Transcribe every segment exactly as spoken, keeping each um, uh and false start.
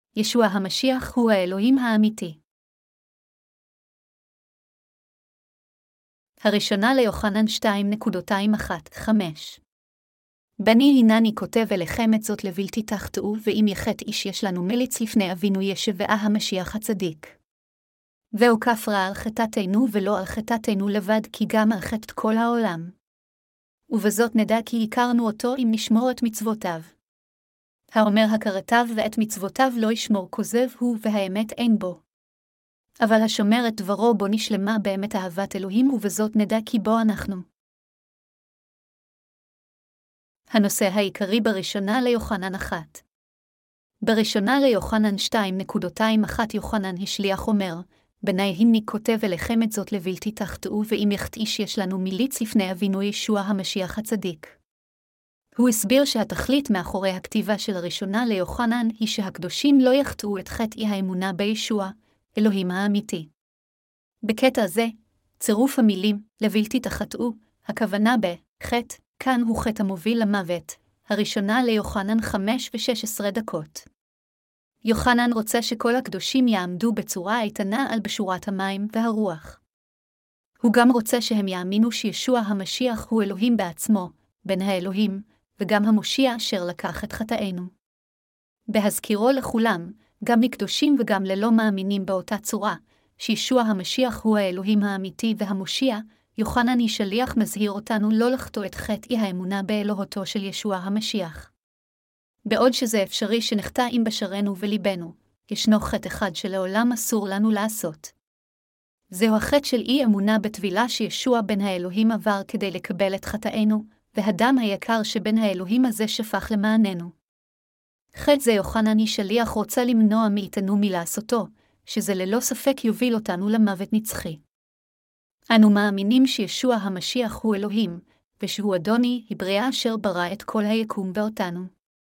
ישוע המשיח הוא האלוהים האמיתי. הראשונה ליוחנן שתיים אחת חמש. בני הנני כותב אליכם את זאת לבלתי תחטאו, ואם יחט איש יש לנו מליץ לפני אבינו ישוע המשיח הצדיק. והוא כפרה על חטאתנו ולא על חטאתנו לבד, כי גם על חטאת כל העולם. ובזאת נדע כי הכרנו אותו אם נשמור את מצוותיו. האומר הכרתיו ואת מצוותיו לא ישמור, כוזב הוא והאמת אין בו. אבל השומר את דברו בו נשלמה באמת אהבת אלוהים, ובזאת נדע כי בו אנחנו. הנושא העיקרי בראשונה ליוחנן אחת. בראשונה ליוחנן שתיים אחת יוחנן השליח אומר, בני הנני כותב אליכם את זאת לבלתי תחטאו, ואם יחט איש יש לנו מליץ לפני אבינו ישוע המשיח הצדיק. הוא הסביר שהתכלית מאחורי הכתיבה של הראשונה ליוחנן היא שהקדושים לא יחטאו את חטא האמונה בישוע, אלוהים האמיתי. בקטע זה, צירוף המילים לבלתי תחטאו, הכוונה בחטא, כאן הוא חטא המוביל למוות, הראשונה ליוחנן חמש ושש עשרה דקות. יוחנן רוצה שכל הקדושים יעמדו בצורה איתנה על בשורת המים והרוח. הוא גם רוצה שהם יאמינו שישוע המשיח הוא אלוהים בעצמו, בן האלוהים, וגם המושיע אשר לקח את חטאינו. בהזכירו לכולם, גם לקדושים וגם ללא מאמינים באותה צורה, שישוע המשיח הוא האלוהים האמיתי והמושיע, יוחנן שליח מזהיר אותנו לא לחטוא את חטא האמונה באלוהותו של ישוע המשיח. בעוד שזה אפשרי שנחטא עם בשרנו וליבנו, ישנו חטא אחד שלעולם אסור לנו לעשות. זהו החטא של אי אמונה בטבילה שישוע בן האלוהים עבר כדי לקבל את חטאינו, והדם היקר שבן האלוהים הזה שפך למעננו. חטא זה יוחנן שליח רוצה למנוע מאיתנו מלעשותו, שזה ללא ספק יוביל אותנו למוות נצחי. אנו מאמינים שישוע המשיח הוא אלוהים, ושהוא אדוני, הבריאה אשר ברא את כל היקום ואותנו.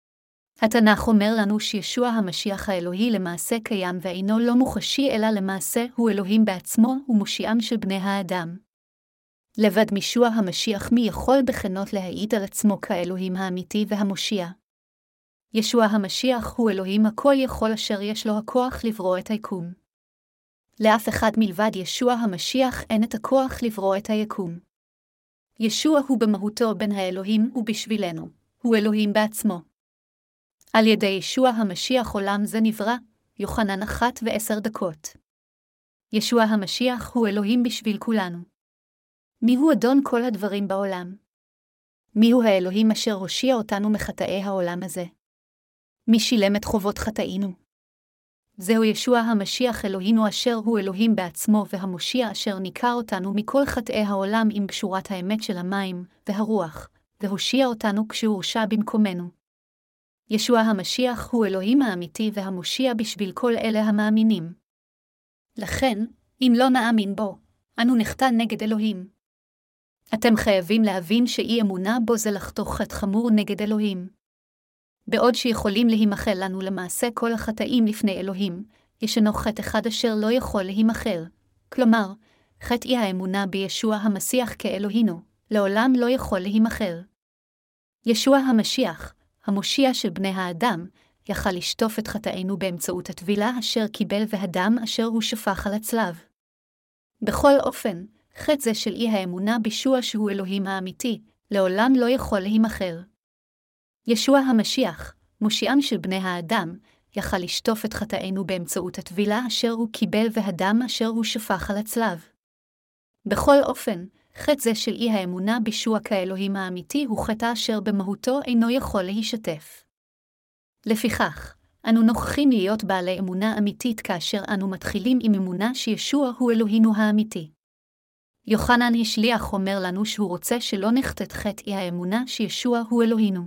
התנ"ך אומר לנו שישוע המשיח האלוהי למעשה קיים ואינו לא מוחשי, אלא למעשה הוא אלוהים בעצמו ומושיעם של בני האדם. לבד מישוע המשיח מי יכול בכנות להעיד על עצמו כאלוהים האמיתי והמושיע. ישוע המשיח הוא אלוהים הכל יכול אשר יש לו הכוח לברוא את היקום. לאף אחד מלבד ישוע המשיח אין את הכוח לברוא את היקום. ישוע הוא במהותו בן האלוהים ובשבילנו, הוא אלוהים בעצמו. על ידי ישוע המשיח עולם זה נברא, יוחנן אחת ועשר דקות. ישוע המשיח הוא אלוהים בשביל כולנו. מיהו אדון כל הדברים בעולם? מיהו האלוהים אשר הושיע אותנו מחטאי העולם הזה? מי שילם את חובות חטאינו? זהו ישוע המשיח אלוהינו אשר הוא אלוהים בעצמו והמושיע אשר ניכר אותנו מכל חטאי העולם עם בשורת האמת של המים והרוח, והושיע אותנו כשהוא הורשע במקומנו. ישוע המשיח הוא אלוהים האמיתי והמושיע בשביל כל אלה המאמינים. לכן, אם לא נאמין בו, אנו נחטא נגד אלוהים. אתם חייבים להבין שאי אמונה בו זה לחטוא חטא חמור נגד אלוהים. בעוד שיכולים להימחל לנו למעשה כל החטאים לפני אלוהים, ישנו חטא אחד אשר לא יכול להימחל. כלומר, חטא אי האמונה בישוע המשיח כאלוהינו, לעולם לא יכול להימחל. ישוע המשיח, המושיע של בני האדם, יכל לשטוף את חטאינו באמצעות הטבילה אשר קיבל והדם אשר הוא שפך על הצלב. בכל אופן, חטא זה של אי האמונה בישוע שהוא אלוהים האמיתי, לעולם לא יכול להימחל. ישוע המשיח, מושיעם של בני האדם, יכל לשטוף את חטאינו באמצעות הטבילה אשר הוא קיבל והדם אשר הוא שפך על הצלב. בכל אופן, חטא זה של אי האמונה בישוע כאלוהים האמיתי הוא חטא אשר במהותו אינו יכול להישטף. לפיכך, אנו נוכחים להיות בעלי אמונה אמיתית כאשר אנו מתחילים עם אמונה שישוע הוא אלוהינו האמיתי. יוחנן השליח אומר לנו שהוא רוצה שלא נחטא את חטא אי האמונה שישוע הוא אלוהינו.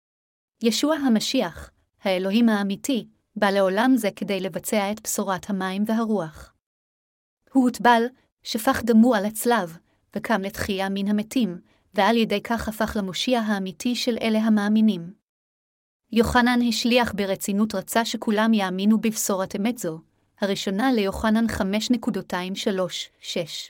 ישוע המשיח, האלוהים האמיתי, בא לעולם זה כדי לבצע את בשורת המים והרוח. הוא הוטבל, שפך דמו על הצלב, וקם לתחייה מן המתים, ועל ידי כך הפך למושיע האמיתי של אלה המאמינים. יוחנן השליח ברצינות רצה שכולם יאמינו בבשורת אמת זו, הראשונה ליוחנן חמש שלוש שש.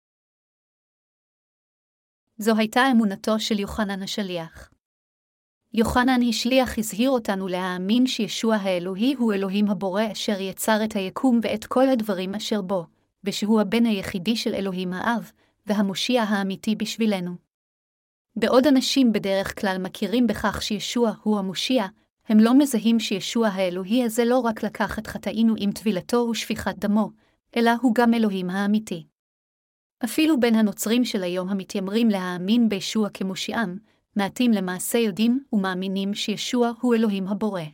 זו הייתה אמונתו של יוחנן השליח. יוחנן השליח הזהיר אותנו להאמין שישוע האלוהי הוא אלוהים הבורא אשר יצר את היקום ואת כל הדברים אשר בו, ושהוא הבן היחידי של אלוהים האב, והמושיע האמיתי בשבילנו. בעוד אנשים בדרך כלל מכירים בכך שישוע הוא המושיע, הם לא מזהים שישוע האלוהי הזה לא רק לקח את חטאינו עם טבילתו ושפיכת דמו, אלא הוא גם אלוהים האמיתי. אפילו בין הנוצרים של היום המתיימרים להאמין בישוע כמושיעם, מעטים למעשה יודעים ומאמינים שישוע הוא אלוהים הבורא.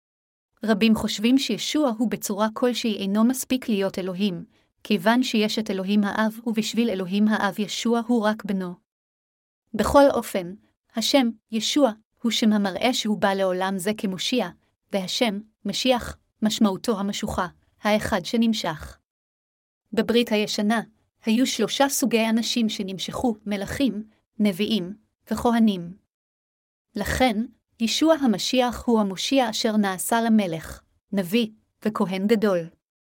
רבים חושבים שישוע הוא בצורה כלשהי אינו מספיק להיות אלוהים, כיוון שיש את אלוהים האב ובשביל אלוהים האב ישוע הוא רק בנו. בכל אופן, השם, ישוע, הוא שם המראה שהוא בא לעולם זה כמושיע, והשם, משיח, משמעותו המשוכה, האחד שנמשך. בברית הישנה, היו שלושה סוגי אנשים שנמשכו, מלכים, נביאים וכהנים. לכן, ישוע המשיח הוא המושיע אשר נעשה למלך, נביא וכהן גדול.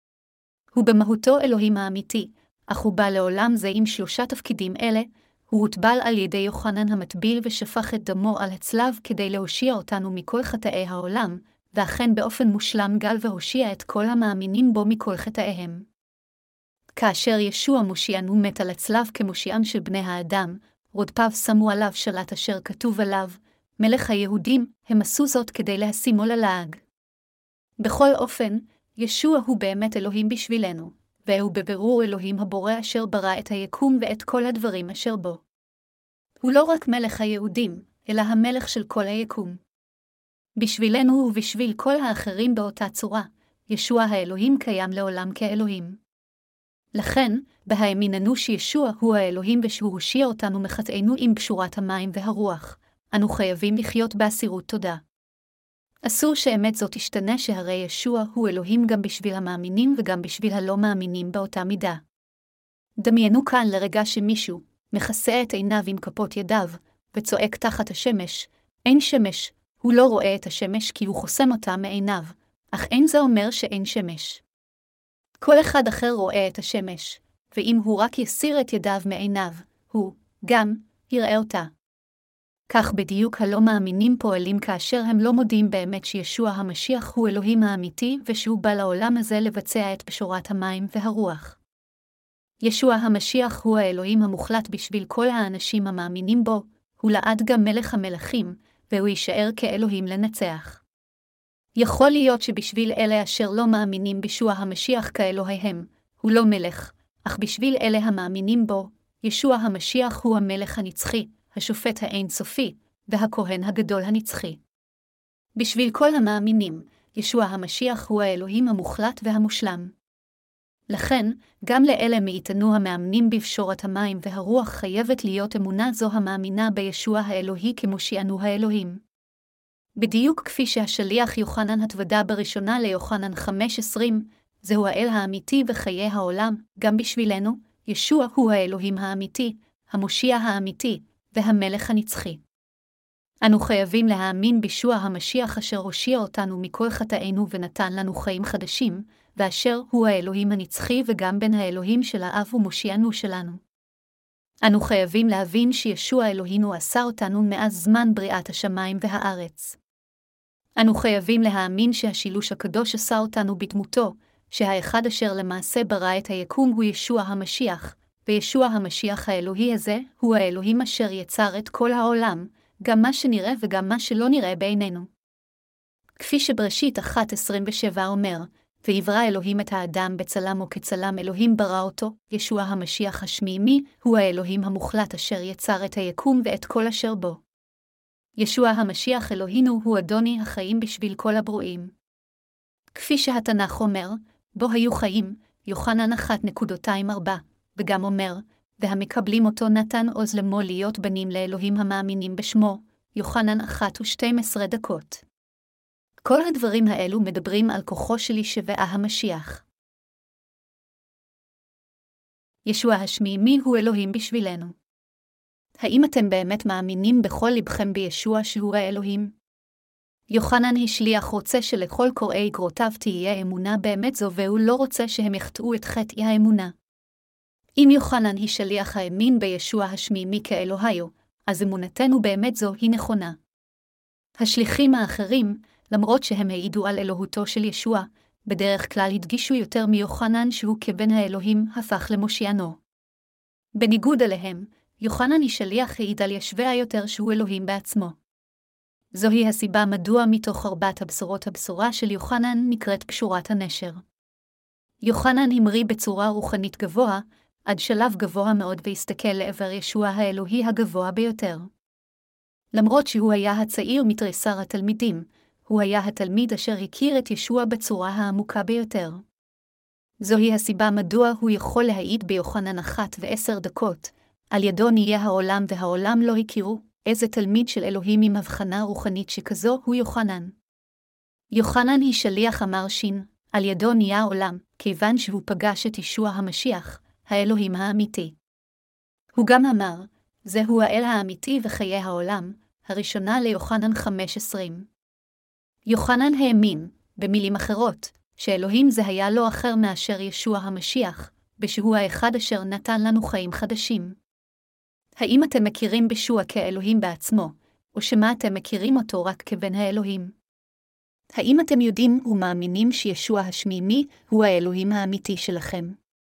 הוא במהותו אלוהים האמיתי, אך הוא בא לעולם זה עם שלושה תפקידים אלה, הוא הוטבל על ידי יוחנן המטביל ושפך את דמו על הצלב כדי להושיע אותנו מכל חטאי העולם, ואכן באופן מושלם גל והושיע את כל המאמינים בו מכל חטאיהם. כאשר ישוע מושיענו מת על הצלב כמושיעם של בני האדם, רודפיו שמו עליו שלט אשר כתוב עליו, מלך היהודים, הם עשו זאת כדי להשימו ללעג. בכל אופן, ישוע הוא באמת אלוהים בשבילנו, והוא בבירור אלוהים הבורא אשר ברא את היקום ואת כל הדברים אשר בו. הוא לא רק מלך היהודים, אלא המלך של כל היקום. בשבילנו ובשביל כל האחרים באותה צורה, ישוע האלוהים קיים לעולם כאלוהים. לכן, בהאמיננו שישוע הוא האלוהים ושהוא הושיע אותנו מחטאינו עם קשורת המים והרוח, אנו חייבים לחיות באסירות תודה. אסור שאמת זאת תשתנה שהרי ישוע הוא אלוהים גם בשביל המאמינים וגם בשביל הלא מאמינים באותה מידה. דמיינו כאן לרגע שמישהו מכסה את עיניו עם כפות ידיו וצועק תחת השמש, אין שמש, הוא לא רואה את השמש כי הוא חוסם אותה מעיניו, אך אין זה אומר שאין שמש. כל אחד אחר רואה את השמש, ואם הוא רק יסיר את ידיו מעיניו, הוא גם יראה אותה. כך בדיוק הלא מאמינים פועלים כאשר הם לא מודים באמת שישוע המשיח הוא אלוהים האמיתי ושהוא בא לעולם הזה לבצע את בשורת המים והרוח. ישוע המשיח הוא האלוהים המוחלט בשביל כל האנשים המאמינים בו, הוא לעד גם מלך המלכים, והוא יישאר כאלוהים לנצח. יכול להיות שבשביל אלה אשר לא מאמינים בישוע המשיח כאלוהיהם, הוא לא מלך, אך בשביל אלה המאמינים בו, ישוע המשיח הוא המלך הנצחי, השופט האינסופי, והכהן הגדול הנצחי. בשביל כל המאמינים, ישוע המשיח הוא האלוהים המוחלט והמושלם. לכן, גם לאלה מאיתנו המאמנים בפשורת המים והרוח חייבת להיות אמונה זו המאמינה בישוע האלוהי כמושיענו האלוהים. בדיוק כפי שהשליח יוחנן התוודה בראשונה ליוחנן חמש עשרים, זהו האל האמיתי וחיי העולם, גם בשבילנו, ישוע הוא האלוהים האמיתי, המושיע האמיתי, והמלך הנצחי. אנו חייבים להאמין בישוע המשיח אשר הושיע אותנו מכל חטאינו ונתן לנו חיים חדשים, ואשר הוא האלוהים הנצחי וגם בן האלוהים של האב ומושיענו שלנו. אנו חייבים להבין שישוע אלוהינו עשה אותנו מאז זמן בריאת השמיים והארץ. אנו חייבים להאמין שהשילוש הקדוש עשה אותנו בדמותו, שהאחד אשר למעשה ברא את היקום הוא ישוע המשיח, וישוע המשיח האלוהי הזה הוא האלוהים אשר יצר את כל העולם, גם מה שנראה וגם מה שלא נראה בעינינו. כפי שבראשית אחת עשרים ושבע אומר, ויברא אלוהים את האדם בצלם או כצלם אלוהים ברא אותו, ישוע המשיח השמימי הוא האלוהים המוחלט אשר יצר את היקום ואת כל אשר בו. ישוע המשיח אלוהינו הוא אדוני החיים בשביל כל הברואים. כפי שהתנ"ך אומר, בו היו חיים, יוחנן אחת ארבע, וגם אומר, והמקבלים אותו נתן עוז למו להיות בנים לאלוהים המאמינים בשמו, יוחנן אחת ושתים עשרה דקות. כל הדברים האלו מדברים על כוחו של ישוע המשיח. ישוע השמימי הוא אלוהים בשבילנו. האם אתם באמת מאמינים בכל לבכם בישוע שהוא האלוהים? יוחנן השליח רוצה שלכל קוראי גרותיו תהיה אמונה באמת זו, והוא לא רוצה שהם יחטאו את חטאי האמונה. אם יוחנן השליח האמין בישוע השמימי כאלוהיו, אז אמונתנו באמת זו היא נכונה. השליחים האחרים, למרות שהם העידו על אלוהותו של ישוע, בדרך כלל הדגישו יותר מיוחנן שהוא כבן האלוהים הפך למושיענו. בניגוד אליהם, יוחנן השליח העיד על ישוע יותר שהוא אלוהים בעצמו. זוהי הסיבה מדוע מתוך ארבעת הבשורות הבשורה של יוחנן נקראת קשורת הנשר. יוחנן המריא בצורה רוחנית גבוה, עד שלב גבוה מאוד והסתכל לעבר ישוע האלוהי הגבוה ביותר. למרות שהוא היה הצעיר מתריסר התלמידים, הוא היה התלמיד אשר הכיר את ישוע בצורה העמוקה ביותר. זוהי הסיבה מדוע הוא יכול להעיד ביוחנן אחת ועשר דקות, על ידו נהיה העולם והעולם לא הכירו, איזה תלמיד של אלוהים עם הבחנה רוחנית שכזו הוא יוחנן. יוחנן היא שליח אמר שין, על ידו נהיה העולם, כיוון שהוא פגש את ישוע המשיח, האלוהים האמיתי. הוא גם אמר, זהו האל האמיתי וחיי העולם, הראשונה ליוחנן חמש עשרים. יוחנן האמין, במילים אחרות, שאלוהים זה היה לא אחר מאשר ישוע המשיח, בשהוא האחד אשר נתן לנו חיים חדשים. האם אתם מכירים בישוע כאלוהים בעצמו, או שמה אתם מכירים אותו רק כבן האלוהים? האם אתם יודעים ומאמינים שישוע השמימי הוא האלוהים האמיתי שלכם?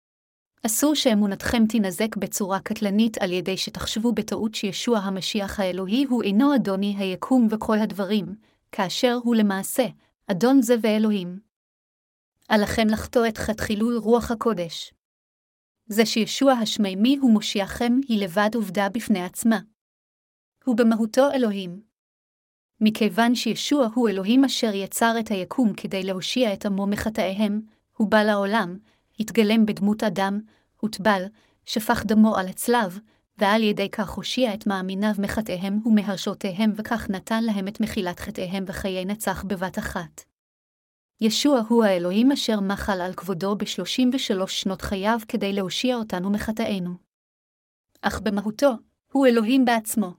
אסור שאמונתכם תינזק בצורה קטלנית על ידי שתחשבו בטעות שישוע המשיח האלוהי הוא אינו אדוני היקום וכל הדברים, כאשר הוא למעשה אדון זה ואלוהים. עליכם לחטוא את חטא חילול רוח הקודש. זה שישוע השמימי הוא מושיעכם היא לבד עובדה בפני עצמה. הוא במהותו אלוהים. מכיוון שישוע הוא אלוהים אשר יצר את היקום כדי להושיע את עמו מחטאיהם, הוא בא לעולם, התגלם בדמות אדם, הוטבל, שפך דמו על הצלב, ועל ידי כך הושיע את מאמיניו מחטאיהם ומהרשעותיהם וכך נתן להם את מחילת חטאיהם וחיי נצח בבת אחת. ישוע הוא האלוהים אשר מחל על כבודו בשלושים ושלוש שנות חייו כדי להושיע אותנו מחטאינו. אך במהותו, הוא אלוהים בעצמו.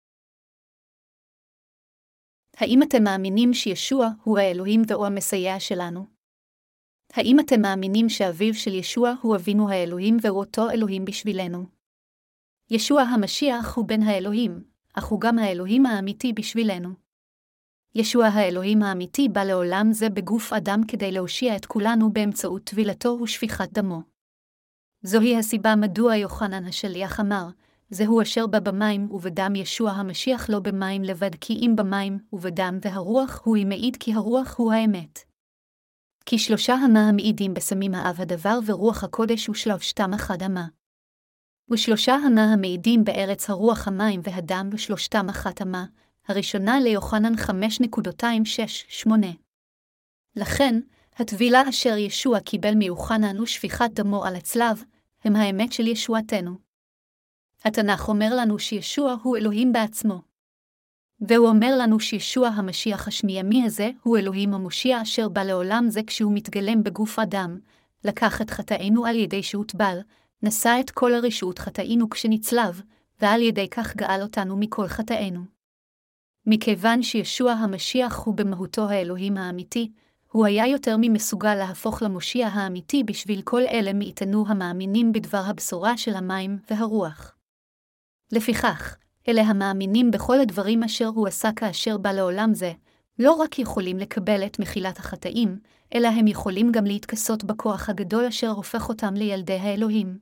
האם אתם מאמינים שישוע הוא האלוהים והוא המסייע שלנו? האם אתם מאמינים שאביו של ישוע הוא אבינו האלוהים והוא אותו אלוהים בשבילנו? ישוע המשיח הוא בן האלוהים, אך הוא גם האלוהים האמיתי בשבילנו. ישוע האלוהים האמיתי בא לעולם זה בגוף אדם כדי להושיע את כולנו באמצעות טבילתו ושפיכת דמו. זוהי הסיבה מדוע יוחנן השליח אמר, זהו אשר בא במים ובדם ישוע המשיח לא במים לבד כי אם במים ובדם והרוח הוא מעיד כי הרוח הוא האמת. כי שלושה המה המעידים בסמים האב הדבר ורוח הקודש ושלושתם אחד המה. ושלושה המה המעידים בארץ הרוח המים והדם ושלושתם אחת המה, הראשונה ליוחנן חמש שש שמונה. לכן, הטבילה אשר ישוע קיבל מיוחנן ושפיכת דמו על הצלב, הם האמת של ישועתנו. התנ"ך אומר לנו שישוע הוא אלוהים בעצמו. והוא אומר לנו שישוע המשיח השמימי הזה הוא אלוהים המושיע אשר בא לעולם זה כשהוא מתגלם בגוף אדם, לקח את חטאינו על ידי שהוטבל, נשא את כל הרשעות חטאינו כשנצלב, ועל ידי כך גאל אותנו מכל חטאינו. מכיוון שישוע המשיח הוא במהותו האלוהים האמיתי, הוא היה יותר ממסוגל להפוך למושיע האמיתי בשביל כל אלה מאיתנו המאמינים בדבר הבשורה של המים והרוח. לפיכך, אלה המאמינים בכל הדברים אשר הוא עשה כאשר בא לעולם זה, לא רק יכולים לקבל את מחילת החטאים, אלא הם יכולים גם להתכסות בכוח הגדול אשר הופך אותם לילדי האלוהים.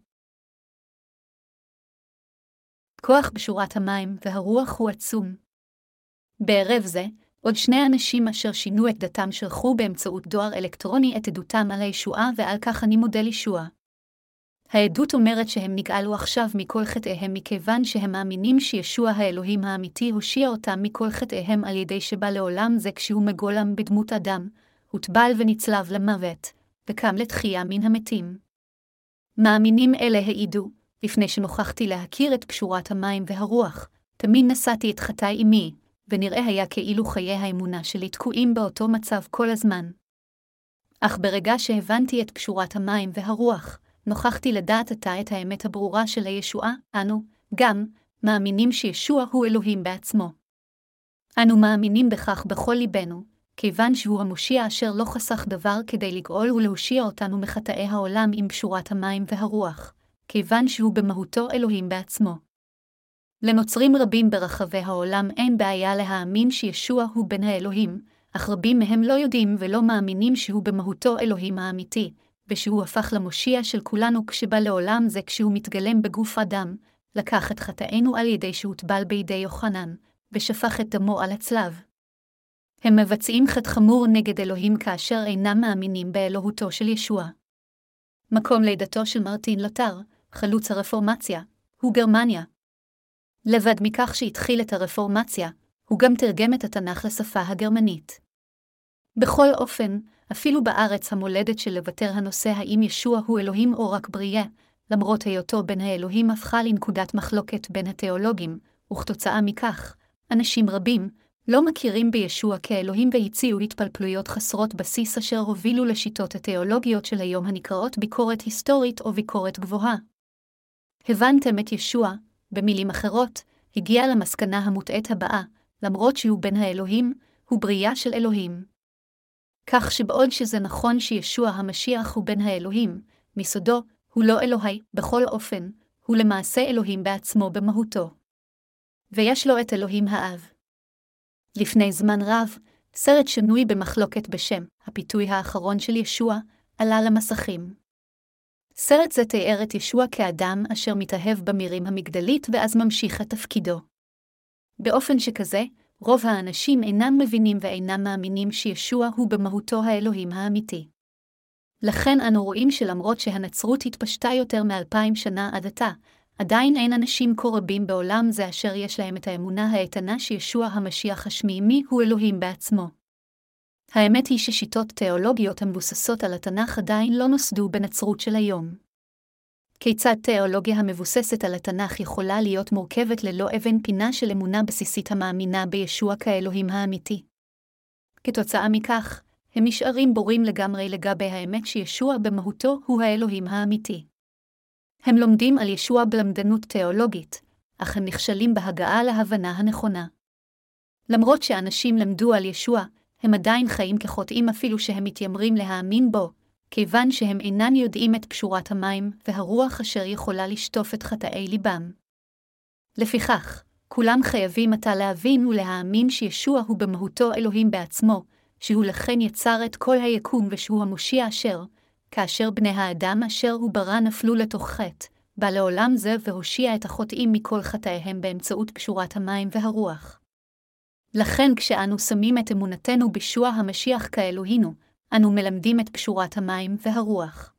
כוח בשורת המים והרוח הוא עצום. בערב זה, עוד שני אנשים אשר שינו את דתם שלחו באמצעות דואר אלקטרוני את עדותם על הישועה ועל כך אני מודה לישוע. העדות אומרת שהם נגאלו עכשיו מכל חטאיהם מכיוון שהם מאמינים שישוע האלוהים האמיתי הושיע אותם מכל חטאיהם על ידי שבא לעולם זה כשהוא מגולם בדמות אדם, הוטבל ונצלב למוות, וקם לתחייה מן המתים. מאמינים אלה העידו, לפני שנוכחתי להכיר את קשורת המים והרוח, תמיד נשאתי את חטאי עמי, ונראה היה כאילו חיי האמונה שלי תקועים באותו מצב כל הזמן. אך ברגע שהבנתי את קשורת המים והרוח, נוכחתי לדעת עתה את האמת הברורה של הישועה, אנו, גם, מאמינים שישוע הוא אלוהים בעצמו. אנו מאמינים בכך בכל ליבנו, כיוון שהוא המושיע אשר לא חסך דבר כדי לגאול ולהושיע אותנו מחטאי העולם עם קשורת המים והרוח, כיוון שהוא במהותו אלוהים בעצמו. לנוצרים רבים ברחבי העולם אין בעיה להאמין שישוע הוא בן האלוהים, אך רבים מהם לא יודעים ולא מאמינים שהוא במהותו אלוהים האמיתי, ושהוא הפך למושיע של כולנו כשבא לעולם זה כשהוא מתגלם בגוף אדם, לקח את חטאינו על ידי שהוטבל בידי יוחנן, ושפך את דמו על הצלב. הם מבצעים חטא חמור נגד אלוהים כאשר אינם מאמינים באלוהותו של ישוע. מקום לידתו של מרטין לותר, חלוץ הרפורמציה, הוא גרמניה. לבד מכך שהתחיל את הרפורמציה, הוא גם תרגם את התנ"ך לשפה הגרמנית. בכל אופן, אפילו בארץ המולדת של לוותר הנושא האם ישוע הוא אלוהים או רק בריאה, למרות היותו בן האלוהים הפכה לנקודת מחלוקת בין התיאולוגים, וכתוצאה מכך, אנשים רבים לא מכירים בישוע כאלוהים והציעו התפלפלויות חסרות בסיס אשר הובילו לשיטות התיאולוגיות של היום הנקראות ביקורת היסטורית או ביקורת גבוהה. הבנתם את ישוע, במילים אחרות, הגיע למסקנה המוטעית הבאה, למרות שהוא בן האלוהים, הוא בריאה של אלוהים. כך שבעוד שזה נכון שישוע המשיח הוא בן האלוהים, מסודו, הוא לא אלוהי, בכל אופן, הוא למעשה אלוהים בעצמו במהותו. ויש לו את אלוהים האב. לפני זמן רב, סרט שנוי במחלוקת בשם, הפיתוי האחרון של ישוע, עלה למסכים. סרט זה תיאר את ישוע כאדם אשר מתאהב במירים המגדלית ואז ממשיך את תפקידו. באופן שכזה, רוב האנשים אינם מבינים ואינם מאמינים שישוע הוא במהותו האלוהים האמיתי. לכן אנו רואים שלמרות שהנצרות התפשטה יותר מאלפיים שנה עד עתה, עדיין אין אנשים כה רבים בעולם זה אשר יש להם את האמונה האיתנה שישוע המשיח השמימי הוא אלוהים בעצמו. האמת היא ששיטות תיאולוגיות המבוססות על התנ"ך עדיין לא נוסדו בנצרות של היום. כיצד תיאולוגיה המבוססת על התנ"ך יכולה להיות מורכבת ללא אבן פינה של אמונה בסיסית המאמינה בישוע כאלוהים האמיתי? כתוצאה מכך, הם נשארים בורים לגמרי לגבי האמת שישוע במהותו הוא האלוהים האמיתי. הם לומדים על ישוע בלמדנות תיאולוגית, אך הם נכשלים בהגעה להבנה הנכונה. למרות שאנשים למדו על ישוע, הם עדיין חיים כחוטאים אפילו שהם מתיימרים להאמין בו, כיוון שהם אינן יודעים את פשורת המים והרוח אשר יכולה לשטוף את חטאי ליבם. לפיכך, כולם חייבים עתה להבין ולהאמין שישוע הוא במהותו אלוהים בעצמו, שהוא לכן יצר את כל היקום ושהוא המושיע אשר, כאשר בני האדם אשר הוא ברא נפלו לתוך חטא, בא לעולם זה והושיע את החוטאים מכל חטאיהם באמצעות פשורת המים והרוח. לכן כשאנו שמים את אמונתנו בישוע המשיח כאלוהינו, אנו מלמדים את פשורת המים והרוח.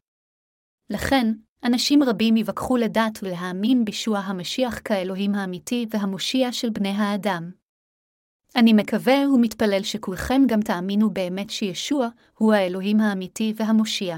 לכן, אנשים רבים יבקחו לדעת ולהאמין בישוע המשיח כאלוהים האמיתי והמושיע של בני האדם. אני מקווה ומתפלל שכולכם גם תאמינו באמת שישוע הוא האלוהים האמיתי והמושיע.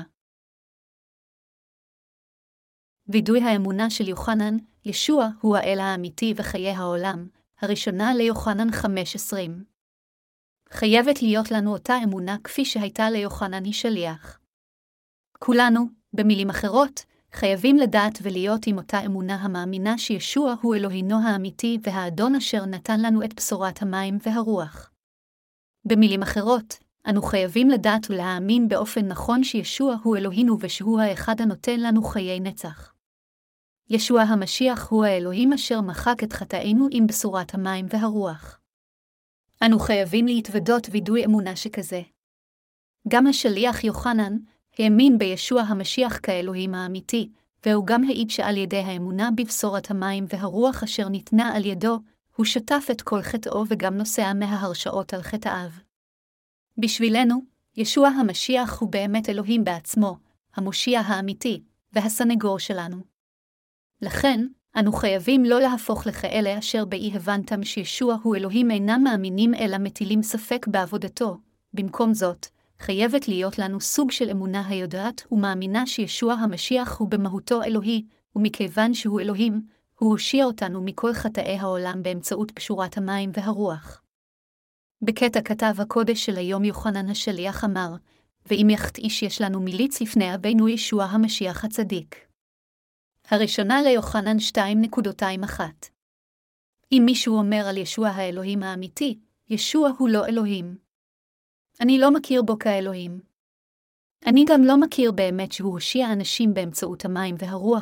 וידוי האמונה של יוחנן, ישוע הוא האל האמיתי וחיי העולם, הראשונה ליוחנן חמש עשרים. חייבת להיות לנו אותה אמונה כפי שהייתה ליוחנן השליח. כולנו, במילים אחרות, חייבים לדעת ולהיות עם אותה אמונה המאמינה שישוע הוא אלוהינו האמיתי והאדון אשר נתן לנו את בשורת המים והרוח. במילים אחרות, אנו חייבים לדעת ולהאמין באופן נכון שישוע הוא אלוהינו ושהוא האחד הנותן לנו חיי נצח. ישוע המשיח הוא האלוהים אשר מחק את חטאינו עם בשורת המים והרוח. אנו חייבים להתוודות וידוי אמונה שכזה. גם השליח יוחנן האמין בישוע המשיח כאלוהים האמיתי, והוא גם העיד שעל ידי האמונה בבשורת המים והרוח אשר ניתנה על ידו, הוא שטף את כל חטאו וגם נוסע מההרשעות על חטאיו. בשבילנו, ישוע המשיח הוא באמת אלוהים בעצמו, המושיע האמיתי, והסנגור שלנו. לכן, אנו חייבים לא להפוך לכאלה אשר באי הבנתם שישוע הוא אלוהים אינם מאמינים אלא מטילים ספק בעבודתו. במקום זאת, חייבת להיות לנו סוג של אמונה היודעת ומאמינה שישוע המשיח הוא במהותו אלוהי, ומכיוון שהוא אלוהים, הוא הושיע אותנו מכל חטאי העולם באמצעות פשורת המים והרוח. בקטע כתב הקודש של היום יוחנן השליח אמר, ואם יחטא איש יש לנו מיליץ לפני אבינו ישוע המשיח הצדיק. הראשונה ליוחנן שתיים אחת. אם מישהו אומר על ישוע האלוהים האמיתי, ישוע הוא לא אלוהים. אני לא מכיר בו כאלוהים. אני גם לא מכיר באמת שהוא הושיע אנשים באמצעות המים והרוח,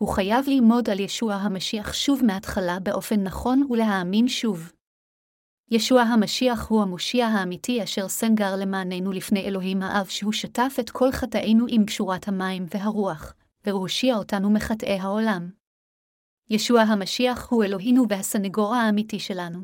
הוא חייב ללמוד על ישוע המשיח שוב מההתחלה באופן נכון ולהאמין שוב. ישוע המשיח הוא המושיע האמיתי אשר סנגר למעננו לפני אלוהים האב, שהוא שטף את כל חטאינו עם קשורת המים והרוח, והושיע אותנו מחטאי העולם. ישוע המשיח הוא אלוהינו והסנגור האמיתי שלנו.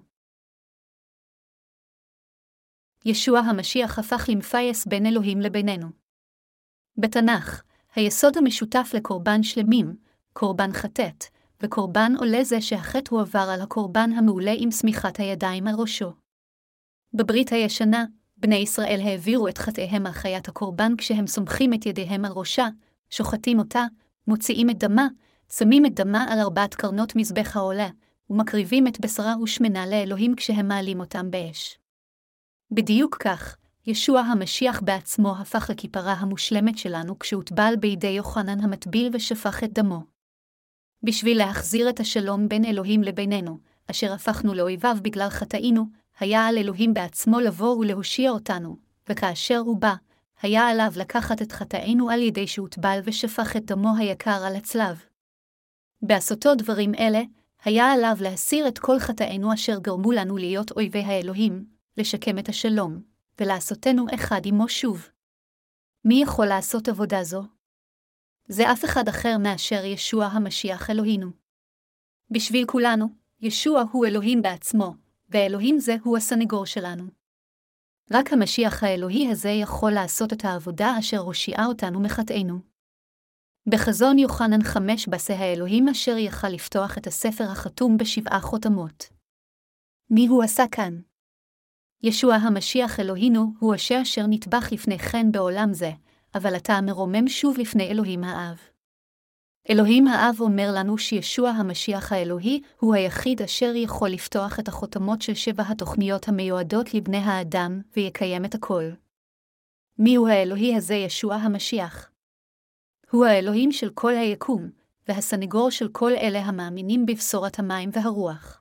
ישוע המשיח הפך למפייס בין אלוהים לבינינו. בתנ"ך, היסוד המשותף לקורבן שלמים, קורבן חטאת, וקורבן עולה זה שהחטא הועבר על הקורבן המעולה עם סמיכת הידיים על ראשו. בברית הישנה, בני ישראל העבירו את חטאיהם על חיית הקורבן כשהם סומכים את ידיהם על ראשה, שוחטים אותה, מוציאים את דמה, שמים את דמה על ארבעת קרנות מזבח העולה, ומקריבים את בשרה ושמנה לאלוהים כשהם מעלים אותם באש. בדיוק כך, ישוע המשיח בעצמו הפך לכיפרה המושלמת שלנו כשהוטבל בידי יוחנן המטביל ושפך את דמו. בשביל להחזיר את השלום בין אלוהים לבינינו, אשר הפכנו לאויביו בגלל חטאינו, היה על אלוהים בעצמו לבוא ולהושיע אותנו, וכאשר הוא בא, היה עליו לקחת את חטאינו על ידי שהוטבל ושפך את דמו היקר על הצלב. בעשותו דברים אלה, היה עליו להסיר את כל חטאינו אשר גרמו לנו להיות אויבי האלוהים, לשקם את השלום, ולעשותנו אחד עמו שוב. מי יכול לעשות עבודה זו? זה אף אחד אחר מאשר ישוע המשיח אלוהינו. בשביל כולנו, ישוע הוא אלוהים בעצמו, ואלוהים זה הוא הסנגור שלנו. רק המשיח האלוהי הזה יכול לעשות את העבודה אשר הושיעה אותנו מחטאינו. בחזון יוחנן חמש בשה האלוהים אשר יכל לפתוח את הספר החתום בשבעה חותמות. מי הוא עשה כאן? ישוע המשיח אלוהינו הוא אשר אשר נטבח לפני כן בעולם זה, אבל אתה מרומם שוב לפני אלוהים האב. אלוהים האב אומר לנו שישוע המשיח האלוהי הוא היחיד אשר יכול לפתוח את החותמות של שבע התוכניות המיועדות לבני האדם ויקיים את הכל. מי הוא האלוהי הזה ישוע המשיח? הוא האלוהים של כל היקום, והסנגור של כל אלה המאמינים בבשורת המים והרוח.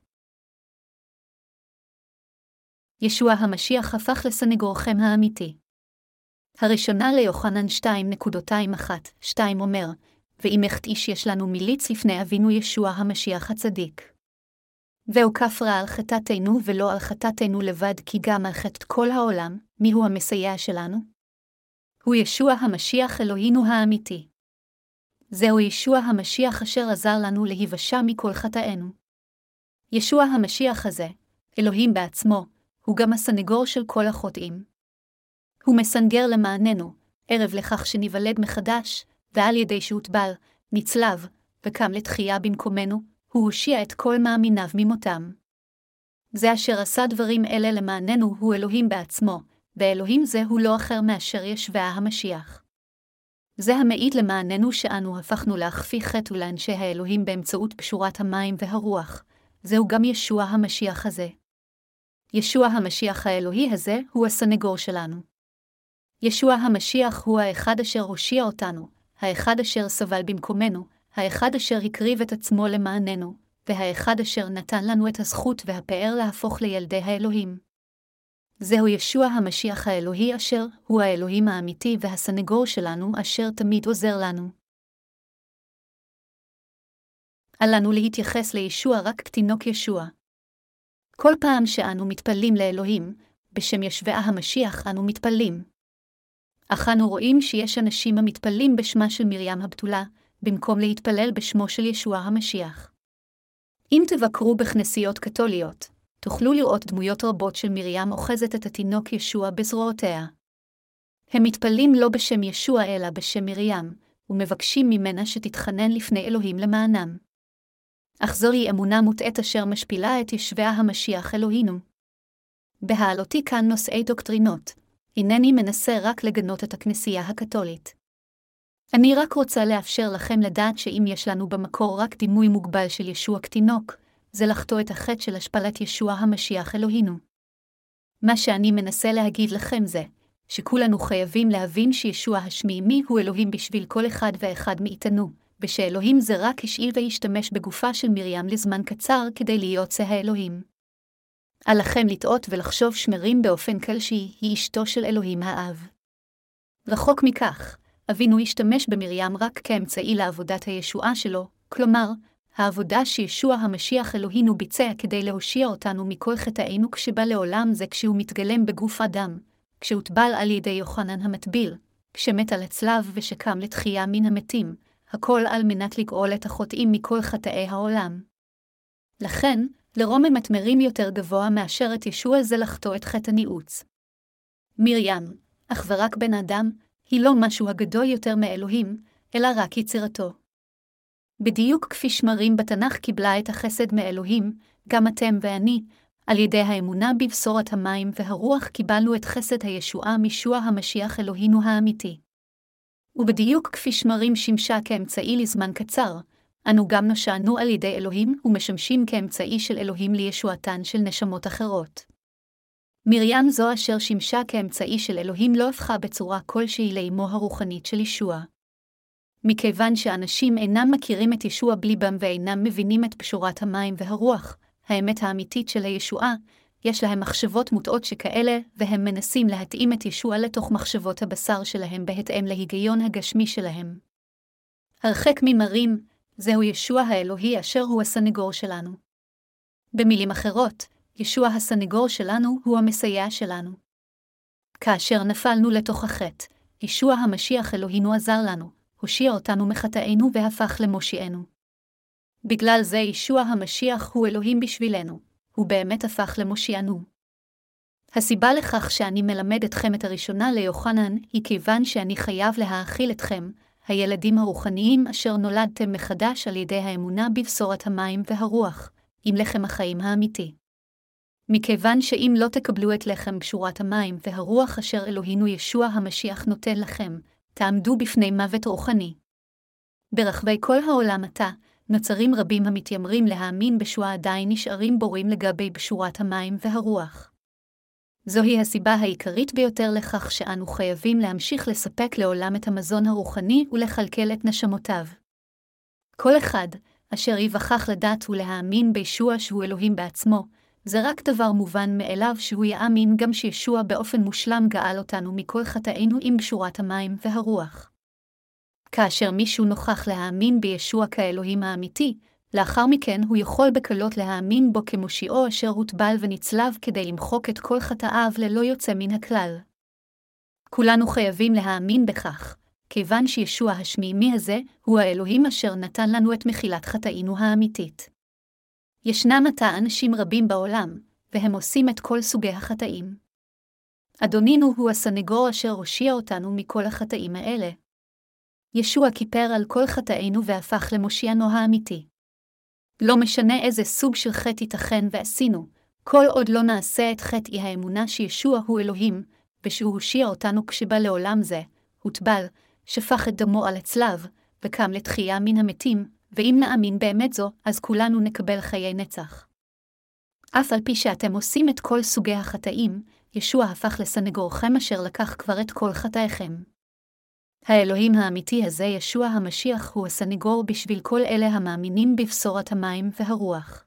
ישוע המשיח הפך לסנגורכם האמיתי. הראשונה ליוחנן שתיים אחת שתיים אומר, ואם echt איש יש לנו מיליץ לפני אבינו ישוע המשיח הצדיק. והוא כפרה על חטאתנו ולא על חטאתנו לבד כי גם על חטאת כל העולם, מי הוא המסייע שלנו? הוא ישוע המשיח אלוהינו האמיתי. זהו ישוע המשיח אשר עזר לנו להיוושע מכל חטאינו. ישוע המשיח הזה, אלוהים בעצמו, הוא גם הסנגור של כל החוטאים. הוא מסנגר למעננו, ערב לכך שניוולד מחדש, ועל ידי שהוטבל, נצלב, וקם לתחייה במקומנו, הוא הושיע את כל מאמיניו ממותם. זה אשר עשה דברים אלה למעננו הוא אלוהים בעצמו, ואלוהים זה הוא לא אחר מאשר ישוע המשיח. זה המעיד למעננו שאנו הפכנו להכפי חטא ולאנשי האלוהים באמצעות פשורת המים והרוח, זהו גם ישוע המשיח הזה. ישוע המשיח האלוהי הזה הוא הסנגור שלנו. ישוע המשיח הוא האחד אשר הושיע אותנו, האחד אשר סבל במקומנו, האחד אשר הקריב את עצמו למעננו, והאחד אשר נתן לנו את הזכות והפאר להפוך לילדי האלוהים. זהו ישוע המשיח האלוהי אשר הוא האלוהים האמיתי והסנגור שלנו אשר תמיד עוזר לנו. אל לנו להתייחס לישוע רק כתינוק ישוע. כל פעם שאנו מתפללים לאלוהים, בשם ישוע המשיח אנו מתפללים. אך אנו רואים שיש אנשים המתפללים בשמה של מרים הבתולה, במקום להתפלל בשמו של ישוע המשיח. אם תבקרו בכנסיות קתוליות, תוכלו לראות דמויות רבות של מרים אוחזת את התינוק ישוע בזרועותיה. הם מתפללים לא בשם ישוע אלא בשם מרים, ומבקשים ממנה שתתחנן לפני אלוהים למענם. אך זוהי אמונה מוטעית אשר משפילה את ישוע המשיח אלוהינו. בהעלותי כאן נושאי דוקטרינות, אינני מנסה רק לגנות את הכנסייה הקתולית. אני רק רוצה לאפשר לכם לדעת שאם יש לנו במקור רק דימוי מוגבל של ישוע כתינוק, זה לחטוא את החטא של השפלת ישוע המשיח אלוהינו. מה שאני מנסה להגיד לכם זה, שכולנו חייבים להבין שישוע השמימי הוא אלוהים בשביל כל אחד ואחד מאיתנו, ושאלוהים זה רק השאיל והשתמש בגופה של מרים לזמן קצר כדי להיות זה האלוהים. עליכם לטעות ולחשוב שמרים באופן כלשהי היא אשתו של אלוהים האב. רחוק מכך, אבינו השתמש במרים רק כאמצעי לעבודת הישועה שלו, כלומר, העבודה שישוע המשיח אלוהינו ביצע כדי להושיע אותנו מכל חטאינו כשבא לעולם זה כשהוא מתגלם בגוף אדם, כשהוטבל על ידי יוחנן המטביל, כשמת על הצלב ושקם לתחייה מן המתים, הכל על מנת לגאול את החוטאים מכל חטאי העולם. לכן, לרום הם מתמרים יותר גבוה מאשר את ישוע זה לחטוא את חטא הניאוץ. מרים, אך ורק בן אדם, היא לא משהו הגדול יותר מאלוהים, אלא רק יצירתו. בדיוק כפי שמרים בתנ"ך קיבלה את החסד מאלוהים, גם אתם ואני, על ידי האמונה בבשורת המים והרוח קיבלנו את חסד הישועה מישוע המשיח אלוהינו האמיתי. ובדיוק כפי שמרים שימשה כאמצעי לזמן קצר, אנו גם נושענו על ידי אלוהים ומשמשים כאמצעי של אלוהים לישועתן של נשמות אחרות. מרים זו אשר שימשה כאמצעי של אלוהים לא הפכה בצורה כלשהי לאמו הרוחנית של ישוע. מכיוון שאנשים אינם מכירים את ישוע בליבם ואינם מבינים את בשורת המים והרוח, האמת האמיתית של הישועה, יש להם מחשבות מוטעות שכאלה, והם מנסים להתאים את ישוע לתוך מחשבות הבשר שלהם בהתאם להיגיון הגשמי שלהם. הרחק ממרים, זהו ישוע האלוהי אשר הוא הסנגור שלנו. במילים אחרות, ישוע הסנגור שלנו הוא המסייע שלנו. כאשר נפלנו לתוך החטא, ישוע המשיח אלוהינו עזר לנו, הושיע אותנו מחטאינו והפך למושיענו. בגלל זה ישוע המשיח הוא אלוהים בשבילנו, הוא באמת הפך למושיענו. הסיבה לכך שאני מלמד אתכם את הראשונה ליוחנן היא כיוון שאני חייב להאכיל אתכם, הילדים הרוחניים אשר נולדתם מחדש על ידי האמונה בבשורת המים והרוח, עם לחם החיים האמיתי. מכיוון שאם לא תקבלו את לחם בשורת המים והרוח אשר אלוהינו ישוע המשיח נותן לכם, תעמדו בפני מוות רוחני. ברחבי כל העולם עתה, נוצרים רבים המתיימרים להאמין בישוע עדיין נשארים בורים לגבי בשורת המים והרוח. זוהי הסיבה העיקרית ביותר לכך שאנו חייבים להמשיך לספק לעולם את המזון הרוחני ולכלכל את נשמותיו. כל אחד, אשר יווכח לדעת ולהאמין בישוע שהוא אלוהים בעצמו, זה רק דבר מובן מאליו שהוא יאמין גם שישוע באופן מושלם גאל אותנו מכל חטאינו עם בשורת המים והרוח. כאשר מישהו נוכח להאמין בישוע כאלוהים האמיתי, לאחר מכן הוא יכול בקלות להאמין בו כמושיעו אשר הוטבל ונצלב כדי למחוק את כל חטאיו ללא יוצא מן הכלל. כולנו חייבים להאמין בכך, כיוון שישוע השמימי הזה הוא האלוהים אשר נתן לנו את מחילת חטאינו האמיתית. ישנם עתה אנשים רבים בעולם, והם עושים את כל סוגי החטאים. אדונינו הוא הסנגור אשר הושיע אותנו מכל החטאים האלה. ישוע כיפר על כל חטאינו והפך למושיענו האמיתי. לא משנה איזה סוג של חטא ייתכן ועשינו, כל עוד לא נעשה את חטאי האמונה שישוע הוא אלוהים, ושהוא הושיע אותנו כשבא לעולם זה, הוטבל, שפך את דמו על הצלב, וקם לתחייה מן המתים, ואם נאמין באמת זו, אז כולנו נקבל חיי נצח. אף על פי שאתם עושים את כל סוגי החטאים, ישוע הפך לסנגורכם אשר לקח כבר את כל חטאיכם. האלוהים האמיתי הזה, ישוע המשיח, הוא הסנגור בשביל כל אלה המאמינים בבשורת המים והרוח.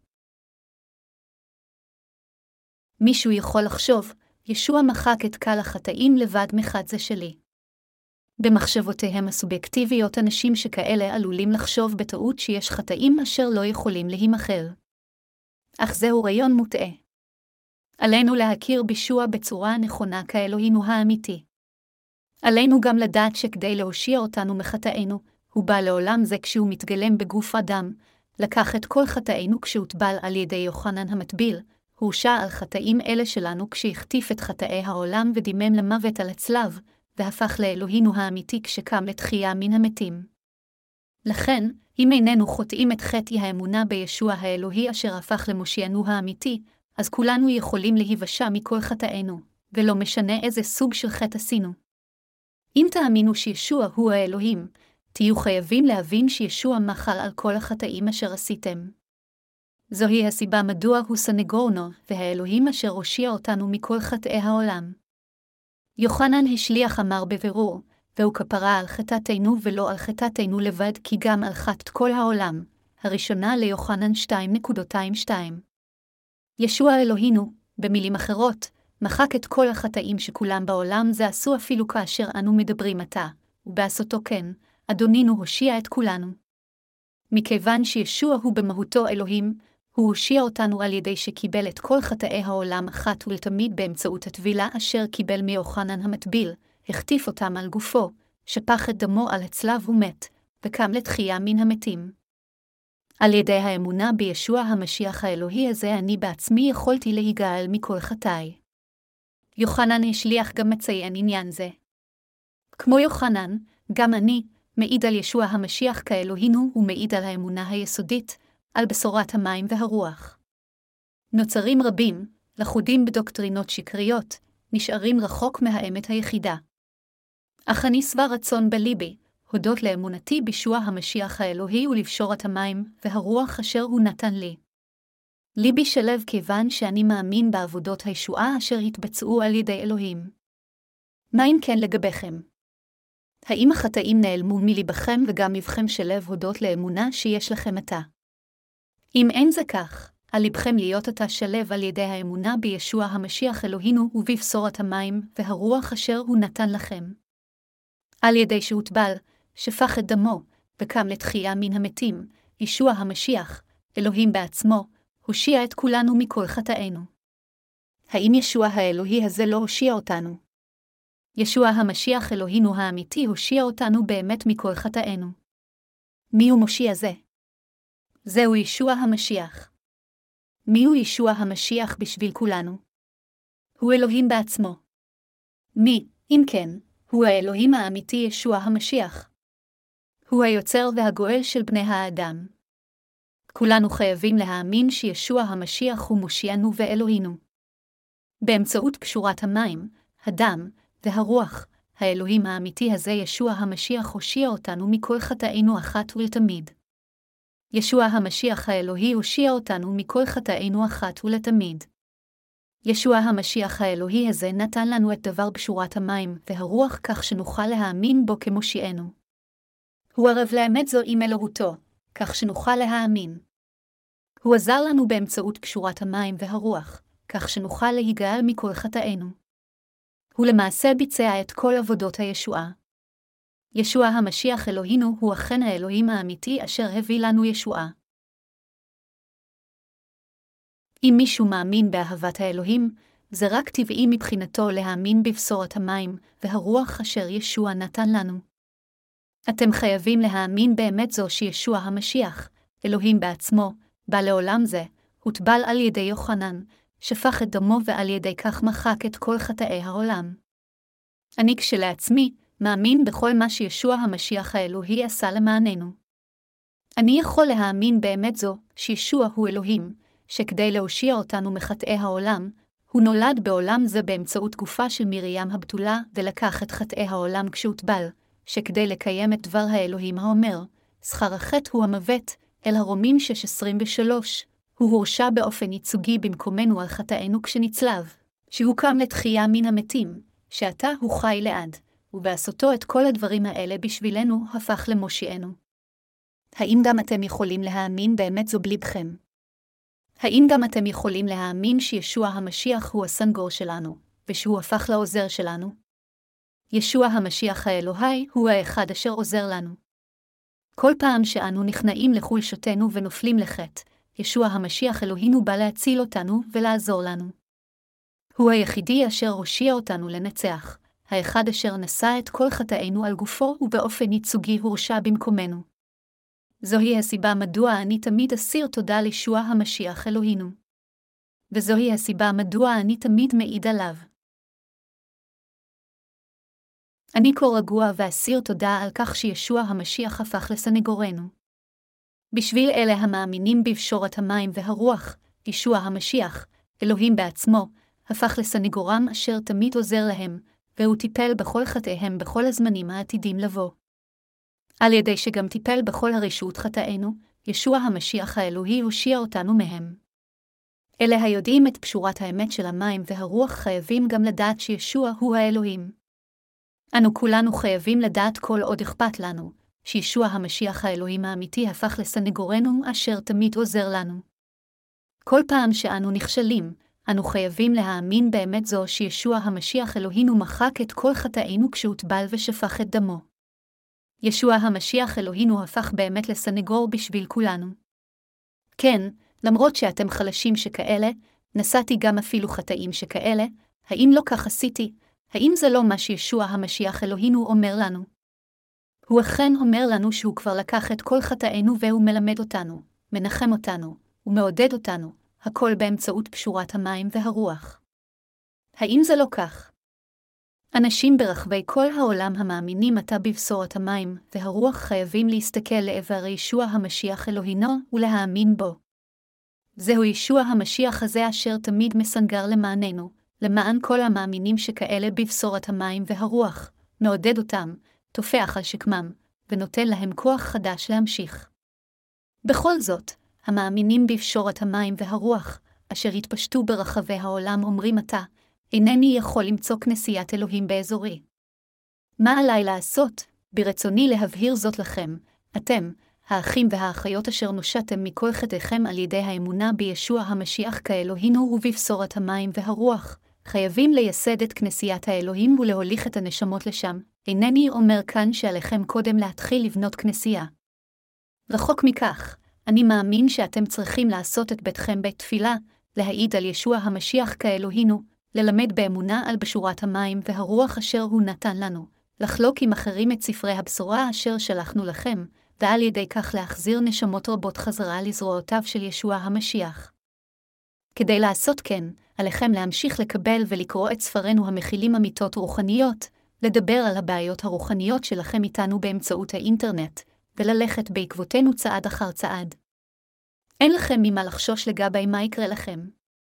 מישהו יכול לחשוב, ישוע מחק את כל החטאים לבד מחד זה שלי. במחשבותיהם הסובייקטיביות אנשים שכאלה עלולים לחשוב בטעות שיש חטאים אשר לא יכולים להימחל. אך זהו רעיון מוטעה. עלינו להכיר בישוע בצורה נכונה כאלוהינו האמיתי. עלינו גם לדעת שכדי להושיע אותנו מחטאינו, הוא בא לעולם זה כשהוא מתגלם בגוף אדם, לקח את כל חטאינו כשהוטבל על ידי יוחנן המטביל, הורשע על חטאים אלה שלנו כשהחטיף את חטאי העולם ודימם למוות על הצלב, והפך לאלוהינו האמיתי כשקם לתחייה מן המתים. לכן, אם איננו חוטאים את חטאי האמונה בישוע האלוהי אשר הפך למושיענו האמיתי, אז כולנו יכולים להיוושע מכל חטאינו, ולא משנה איזה סוג של חטא עשינו. אם תאמינו שישוע הוא האלוהים, תהיו חייבים להבין שישוע מחל על כל החטאים אשר עשיתם. זוהי הסיבה מדוע הוא סנגורנו, והאלוהים אשר הושיע אותנו מכל חטאי העולם. יוחנן השליח אמר בבירור, והוא כפרה על חטאתנו ולא על חטאתנו לבד כי גם על חטאת כל העולם, הראשונה ליוחנן שתיים שתיים. ישוע אלוהינו, במילים אחרות, מחק את כל החטאים שכולם בעולם זה עשו אפילו כאשר אנו מדברים עתה, ובעשותו כן, אדונינו הושיע את כולנו. מכיוון שישוע הוא במהותו אלוהים, הוא הושיע אותנו על ידי שקיבל את כל חטאי העולם אחת ולתמיד באמצעות הטבילה אשר קיבל מיוחנן המטביל, החטיף אותם על גופו, שפך את דמו על הצלב ומת, וקם לתחייה מן המתים. על ידי האמונה בישוע המשיח האלוהי הזה אני בעצמי יכולתי להיגאל מכל חטאי. יוחנן השליח גם מציין עניין זה. כמו יוחנן, גם אני, מעיד על ישוע המשיח כאלוהינו ומעיד על האמונה היסודית, על בשורת המים והרוח. נוצרים רבים, לחודים בדוקטרינות שקריות, נשארים רחוק מהאמת היחידה. אך אני שבע רצון בליבי, הודות לאמונתי בישוע המשיח האלוהי ולבשורת המים והרוח אשר הוא נתן לי. ליבי שלב כיוון שאני מאמין בעבודות הישועה אשר התבצעו על ידי אלוהים. מה אם כן לגביכם? האם החטאים נעלמו מליבכם וגם לבכם שלב הודות לאמונה שיש לכם עתה? אם אין זה כך, על לבכם להיות עתה שלב על ידי האמונה בישוע המשיח אלוהינו ובבשורת המים והרוח אשר הוא נתן לכם. על ידי שהוטבל, שפך את דמו, וקם לתחייה מן המתים, ישוע המשיח, אלוהים בעצמו, הושיע את כולנו מכל חטאינו. האם ישוע האלוהי הזה לא הושיע אותנו? ישוע המשיח אלוהינו האמיתי הושיע אותנו באמת מכל חטאינו. מי הוא מושיע זה? זהו ישוע המשיח. מי הוא ישוע המשיח בשביל כולנו? הוא אלוהים בעצמו. מי, אם כן, הוא האלוהים האמיתי ישוע המשיח. הוא היוצר והגואל של בני האדם. כולנו חייבים להאמין שישוע המשיח הוא מושיענו ואלוהינו. באמצעות פשורת המים, הדם והרוח, האלוהים האמיתי הזה ישוע המשיח הושיע אותנו מכל חטאינו אחת ולתמיד. ישוע המשיח האלוהי הושיע אותנו מכל חטאינו אחת ולתמיד. ישוע המשיח האלוהי הזה נתן לנו את דבר פשורת המים והרוח כך שנוכל להאמין בו כמושיענו. הוא ערב לאמת זו עם אלוהותו, כך שנוכל להאמין. הוא עזר לנו באמצעות פשורת המים והרוח, כך שנוכל להיגאל מכל חטאינו. הוא למעשה ביצע את כל עבודות הישועה. ישוע המשיח אלוהינו הוא אכן האלוהים האמיתי אשר הביא לנו ישועה. אם מישהו מאמין באהבת האלוהים, זה רק טבעי מבחינתו להאמין בבשורת המים והרוח אשר ישוע נתן לנו. אתם חייבים להאמין באמת זו שישוע המשיח, אלוהים בעצמו, בא לעולם זה, הוטבל על ידי יוחנן, שפך את דמו ועל ידי כך מחק את כל חטאי העולם. אני כשלעצמי מאמין בכל מה שישוע המשיח האלוהי עשה למעננו. אני יכול להאמין באמת זו שישוע הוא אלוהים, שכדי להושיע אותנו מחטאי העולם, הוא נולד בעולם זה באמצעות גופה של מרים הבתולה ולקח את חטאי העולם כשהוטבל, שכדי לקיים את דבר האלוהים האומר, שכר החטא הוא המוות, אל הרומים שש עשרים ושלוש, הוא הורשע באופן ייצוגי במקומנו על חטאינו כשנצלב, שהוא קם לתחייה מן המתים, שעתה הוא חי לעד, ובעשותו את כל הדברים האלה בשבילנו הפך למושיענו. האם גם אתם יכולים להאמין באמת זו בליבכם? האם גם אתם יכולים להאמין שישוע המשיח הוא הסנגור שלנו, ושהוא הפך לעוזר שלנו? ישוע המשיח האלוהי הוא האחד אשר עוזר לנו. כל פעם שאנו נכנעים לחולשותנו ונופלים לחטא, ישוע המשיח אלוהינו בא להציל אותנו ולעזור לנו. הוא היחידי אשר הושיע אותנו לנצח, האחד אשר נשא את כל חטאינו על גופו ובאופן ייצוגי הורשע במקומנו. זוהי הסיבה מדוע אני תמיד אסיר תודה לישוע המשיח אלוהינו. וזוהי הסיבה מדוע אני תמיד מעיד עליו. אני כה רגוע ואסיר תודה על כך שישוע המשיח הפך לסנגורנו. בשביל אלה המאמינים בבשורת המים והרוח, ישוע המשיח, אלוהים בעצמו, הפך לסנגורם אשר תמיד עוזר להם, והוא טיפל בכל חטאיהם בכל הזמנים העתידים לבוא. על ידי שגם טיפל בכל הרשות חטאינו, ישוע המשיח האלוהי הושיע אותנו מהם. אלה היודעים את פשורת האמת של המים והרוח חייבים גם לדעת שישוע הוא האלוהים. אנו כולנו חייבים לדעת כל עוד אכפת לנו, שישוע המשיח האלוהים האמיתי הפך לסנגורנו אשר תמיד עוזר לנו. כל פעם שאנו נכשלים, אנו חייבים להאמין באמת זו שישוע המשיח אלוהינו מחק את כל חטאינו כשהוטבל ושפך את דמו. ישוע המשיח אלוהינו הפך באמת לסנגור בשביל כולנו. כן, למרות שאתם חלשים שכאלה, נסעתי גם אפילו חטאים שכאלה, האם לא כך עשיתי? האם זה לא מה שישוע המשיח אלוהינו אומר לנו? הוא אכן אומר לנו שהוא כבר לקח את כל חטאינו והוא מלמד אותנו, מנחם אותנו, ומעודד אותנו, הכל באמצעות פשורת המים והרוח. האם זה לא כך? אנשים ברחבי כל העולם המאמינים עתה בבשורת המים והרוח חייבים להסתכל לעבר ישוע המשיח אלוהינו ולהאמין בו. זהו ישוע המשיח הזה אשר תמיד מסנגר למעננו, למען כל המאמינים שכאלה בבשורת המים והרוח, מעודד אותם, תופח על שקמם, ונותן להם כוח חדש להמשיך. בכל זאת, המאמינים בבשורת המים והרוח, אשר התפשטו ברחבי העולם אומרים עתה, אינני יכול למצוא כנסיית אלוהים באזורי. מה עליי לעשות? ברצוני להבהיר זאת לכם, אתם, האחים והאחיות אשר נושעתם מכל חטאיכם על ידי האמונה בישוע המשיח כאלוהינו ובבשורת המים והרוח, חייבים לייסד את כנסיית האלוהים ולהוליך את הנשמות לשם. אינני אומר כאן שעליכם קודם להתחיל לבנות כנסייה. רחוק מכך, אני מאמין שאתם צריכים לעשות את ביתכם בית תפילה, להעיד על ישוע המשיח כאלוהינו, ללמד באמונה על בשורת המים והרוח אשר הוא נתן לנו, לחלוק עם אחרים את ספרי הבשורה אשר שלחנו לכם, ועל ידי כך להחזיר נשמות רבות חזרה לזרועותיו של ישוע המשיח. כדי לעשות כן, עליכם להמשיך לקבל ולקרוא את ספרינו המכילים אמיתות רוחניות, לדבר על הבעיות הרוחניות שלכם איתנו באמצעות האינטרנט, וללכת בעקבותינו צעד אחר צעד. אין לכם ממה לחשוש לגבי מה יקרה לכם.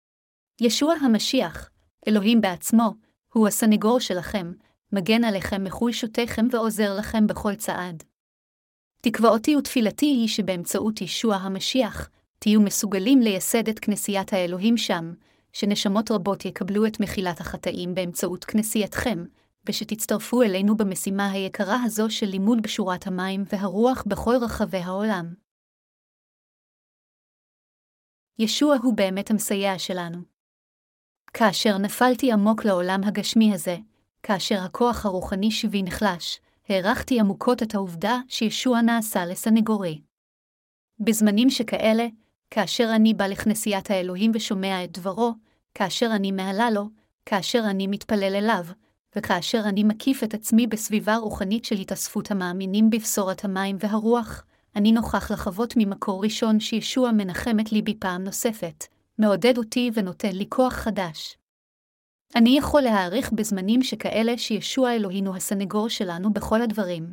ישוע המשיח, אלוהים בעצמו, הוא הסנגור שלכם, מגן עליכם מחולשותיכם ועוזר לכם בכל צעד. תקוואתי ותפילתי היא שבאמצעות ישוע המשיח, תהיו מסוגלים לייסד את כנסיית האלוהים שם, שנשמות רבות יקבלו את מחילת החטאים באמצעות כנסייתכם, ושתצטרפו אלינו במשימה היקרה הזו של לימוד בשורת המים והרוח בכל רחבי העולם. ישוע הוא באמת המסייע שלנו. כאשר נפלתי עמוק לעולם הגשמי הזה, כאשר הכוח הרוחני שבי נחלש, הערכתי עמוקות את העובדה שישוע נעשה לסנגורי. בזמנים שכאלה, כאשר אני בא לכנסיית האלוהים ושומע את דברו, כאשר אני מעלה לו, כאשר אני מתפלל אליו, וכאשר אני מקיף את עצמי בסביבה רוחנית של התאספות המאמינים בבשורת המים והרוח, אני נוכח לחוות ממקור ראשון שישוע מנחם את ליבי פעם נוספת, מעודד אותי ונותן לי כוח חדש. אני יכול להעריך בזמנים שכאלה שישוע אלוהינו הסנגור שלנו בכל הדברים.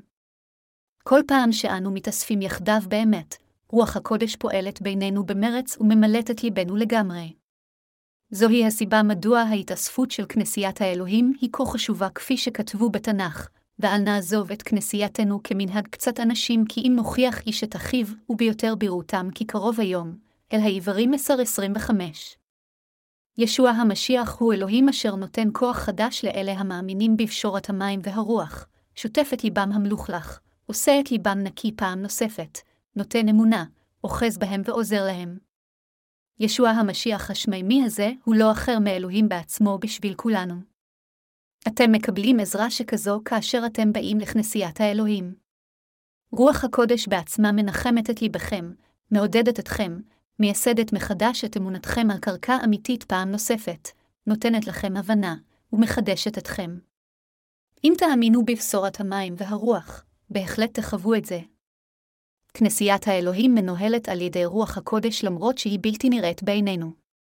כל פעם שאנו מתאספים יחדיו באמת, רוח הקודש פועלת בינינו במרץ וממלאת את ליבנו לגמרי. זוהי הסיבה מדוע ההתאספות של כנסיית האלוהים היא כה חשובה כפי שכתבו בתנ"ך, ואל נעזוב את כנסייתנו כמנהג קצת אנשים כי אם נוכיח איש את אחיו, וביותר בראותם כי קרוב היום, אל העברים עשר עשרים וחמש. ישוע המשיח הוא אלוהים אשר נותן כוח חדש לאלה המאמינים בבשורת המים והרוח, שוטף את ליבם המלוכלך, עושה את ליבם נקי פעם נוספת, נותן אמונה, אוחז בהם ועוזר להם. ישוע המשיח השמימי הזה הוא לא אחר מאלוהים בעצמו בשביל כולנו. אתם מקבלים עזרה שכזו כאשר אתם באים לכנסיית האלוהים. רוח הקודש בעצמה מנחמת את ליבכם, מעודדת אתכם, מייסדת מחדש את אמונתכם על קרקע אמיתית פעם נוספת, נותנת לכם הבנה, ומחדשת אתכם. אם תאמינו בבשורת המים והרוח, בהחלט תחוו את זה. כנסיית האלוהים מנוהלת על ידי רוח הקודש למרות שהיא בלתי נראית בעינינו.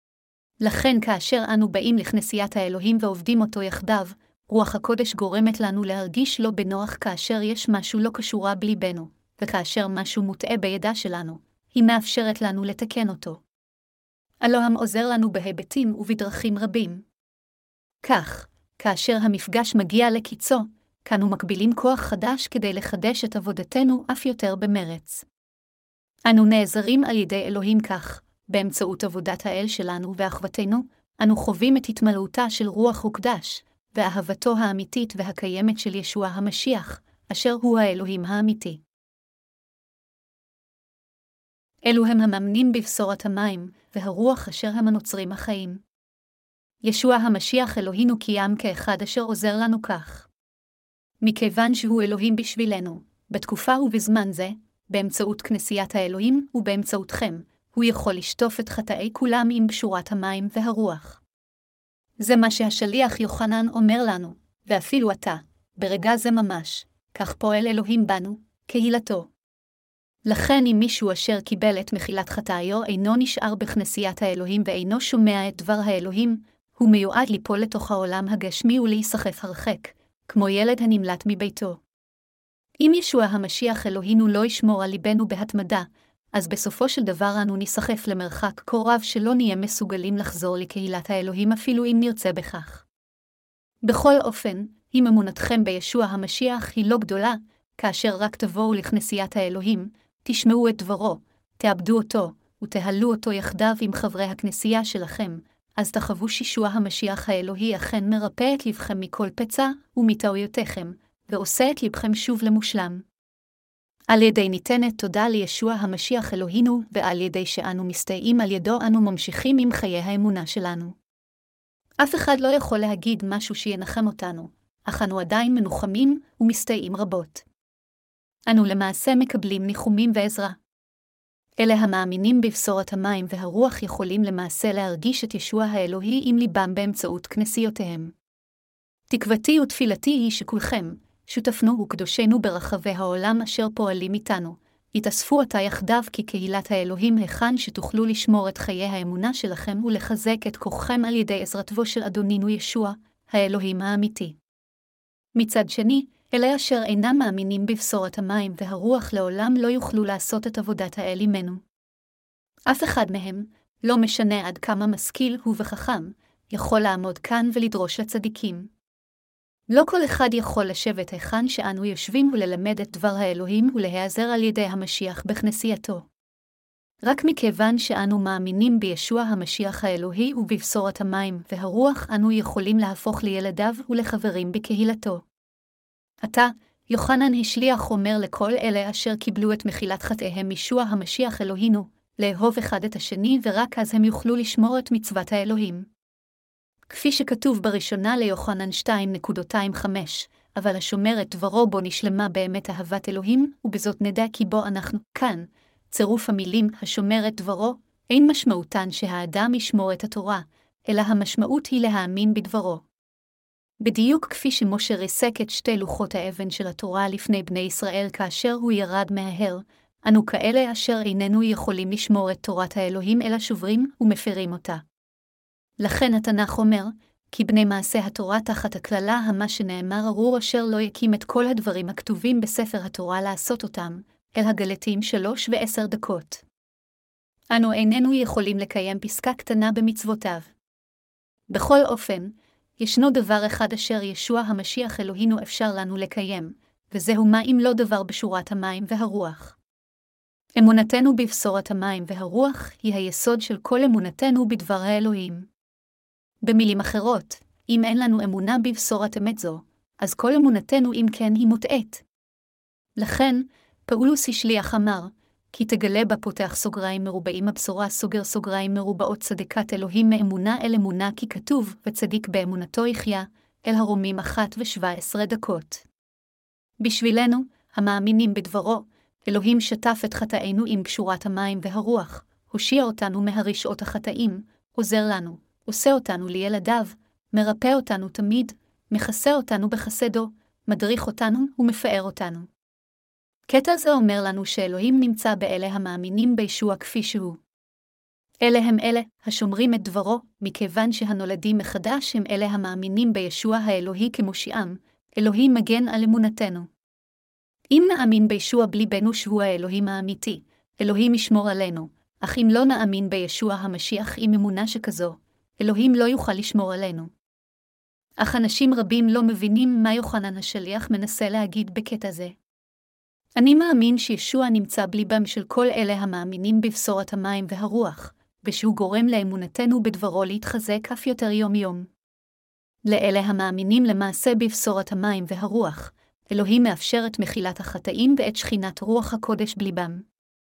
לכן כאשר אנו באים לכנסיית האלוהים ועובדים אותו יחדיו, רוח הקודש גורמת לנו להרגיש לא בנוח כאשר יש משהו לא קשורה בליבנו, וכאשר משהו מוטעה בידע שלנו, היא מאפשרת לנו לתקן אותו. אלוהים עוזר לנו בהיבטים ובדרכים רבים. כך, כאשר המפגש מגיע לקיצו, כאנו מקבילים כוח חדש כדי לחדש את עבודתנו אף יותר במרץ. אנו נעזרים על ידי אלוהים כך, באמצעות עבודת האל שלנו ואחוותנו, אנו חווים את התמלאותה של רוח וקדש, ואהבתו האמיתית והקיימת של ישוע המשיח, אשר הוא האלוהים האמיתי. אלו הם המאמנים בבשורת המים, והרוח אשר הם הנוצרים החיים. ישוע המשיח אלוהינו קיים כאחד אשר עוזר לנו כך. מכיוון שהוא אלוהים בשבילנו, בתקופה ובזמן זה, באמצעות כנסיית האלוהים ובאמצעותכם, הוא יכול לשטוף את חטאי כולם עם בשורת המים והרוח. זה מה שהשליח יוחנן אומר לנו, ואפילו אתה, ברגע זה ממש, כך פועל אלוהים בנו, קהילתו. לכן אם מישהו אשר קיבל את מחילת חטאיו אינו נשאר בכנסיית האלוהים ואינו שומע את דבר האלוהים, הוא מיועד ליפול לתוך העולם הגשמי ולהיסחף הרחק, כמו ילד הנמלט מביתו. אם ישוע המשיח אלוהינו לא ישמור על ליבנו בהתמדה, אז בסופו של דבר אנו ניסחף למרחק כה רב שלא נהיה מסוגלים לחזור לקהילת האלוהים אפילו אם נרצה בכך. בכל אופן, אם אמונתכם בישוע המשיח היא לא גדולה, כאשר רק תבואו לכנסיית האלוהים, תשמעו את דברו, תאבדו אותו, ותהלו אותו יחדיו עם חברי הכנסייה שלכם, אז תחוו שישוע המשיח האלוהי אכן מרפא את לבכם מכל פצע ומטעויותיכם, ועושה את לבכם שוב למושלם. על ידי ניתנת תודה לישוע המשיח אלוהינו, ועל ידי שאנו מסתייעים על ידו אנו ממשיכים עם חיי האמונה שלנו. אף אחד לא יכול להגיד משהו שינחם אותנו, אך אנו עדיין מנוחמים ומסתייעים רבות. אנו למעשה מקבלים ניחומים ועזרה. אלה המאמינים בבשורת המים והרוח יכולים למעשה להרגיש את ישוע האלוהי עם ליבם באמצעות כנסיותיהם. תקוותי ותפילתי היא שכולכם, שותפנו וקדושנו ברחבי העולם אשר פועלים איתנו, יתאספו עתה יחדיו כקהילת האלוהים היכן שתוכלו לשמור את חיי האמונה שלכם ולחזק את כוחכם על ידי עזרתו של אדונינו ישוע, האלוהים האמיתי. מצד שני, אלה אשר אינם מאמינים בבשורת המים והרוח לעולם לא יוכלו לעשות את עבודת האל עמנו. אף אחד מהם, לא משנה עד כמה משכיל הוא וחכם, יכול לעמוד כאן ולדרוש לצדיקים. לא כל אחד יכול לשבת היכן שאנו יושבים וללמד את דבר האלוהים ולהיעזר על ידי המשיח בכנסייתו. רק מכיוון שאנו מאמינים בישוע המשיח האלוהי ובבשורת המים והרוח אנו יכולים להפוך לילדיו ולחברים בקהילתו. עתה, יוחנן השליח אומר לכל אלה אשר קיבלו את מחילת חטאיהם מישוע המשיח אלוהינו, לאהוב אחד את השני ורק אז הם יוכלו לשמור את מצוות האלוהים. כפי שכתוב בראשונה ליוחנן שתיים חמש, אבל השומר את דברו בו נשלמה באמת אהבת אלוהים, ובזאת נדע כי בו אנחנו כאן. צירוף המילים השומר את דברו, אין משמעותן שהאדם ישמור את התורה, אלא המשמעות היא להאמין בדברו. בדיוק כפי שמשה ריסק את שתי לוחות האבן של התורה לפני בני ישראל כאשר הוא ירד מההר, אנו כאלה אשר איננו יכולים לשמור את תורת האלוהים אלא שוברים ומפרים אותה. לכן התנ"ך אומר, כי בני מעשה התורה תחת הכללה המה שנאמר ארור אשר לא יקים את כל הדברים הכתובים בספר התורה לעשות אותם, אל הגלתים שלוש ועשר דקות. אנו איננו יכולים לקיים פסקה קטנה במצוותיו. בכל אופן, ישנו דבר אחד אשר ישוע המשיח אלוהינו אפשר לנו לקיים, וזהו מה אם לא דבר בשורת המים והרוח. אמונתנו בבשורת המים והרוח היא היסוד של כל אמונתנו בדבר האלוהים. במילים אחרות, אם אין לנו אמונה בבשורת אמת זו, אז כל אמונתנו אם כן היא מוטעית. לכן, פאולוס השליח אמר, כי תגלה בפותח סוגריים מרובעים הבשורה סוגר סוגריים מרובעות צדיקת אלוהים מאמונה אל אמונה כי כתוב, וצדיק באמונתו יחיה, אל הרומים אחת ושבע עשרה דקות. בשבילנו, המאמינים בדברו, אלוהים שטף את חטאינו עם בשורת המים והרוח, הושיע אותנו מהרשעות החטאים, עוזר לנו, עושה אותנו לילדיו, מרפא אותנו תמיד, מכסה אותנו בחסדו, מדריך אותנו ומפאר אותנו. קטע זה אומר לנו שאלוהים נמצא באלה המאמינים בישוע כפי שהוא. אלה הם אלה השומרים את דברו, מכיוון שהנולדים מחדש הם אלה המאמינים בישוע האלוהי כמושיעם, אלוהים מגן על אמונתנו. אם נאמין בישוע בליבנו שהוא האלוהים האמיתי, אלוהים ישמור עלינו, אך אם לא נאמין בישוע המשיח עם אמונה שכזו, אלוהים לא יוכל לשמור עלינו. אך אנשים רבים לא מבינים מה יוחנן השליח מנסה להגיד בקטע זה. אני מאמין שישוע נמצא בליבם של כל אלה המאמינים בבשורת המים והרוח, ושהוא גורם לאמונתנו בדברו להתחזק אף יותר יום-יום. לאלה המאמינים למעשה בבשורת המים והרוח, אלוהים מאפשר את מחילת החטאים ואת שכינת רוח הקודש בליבם.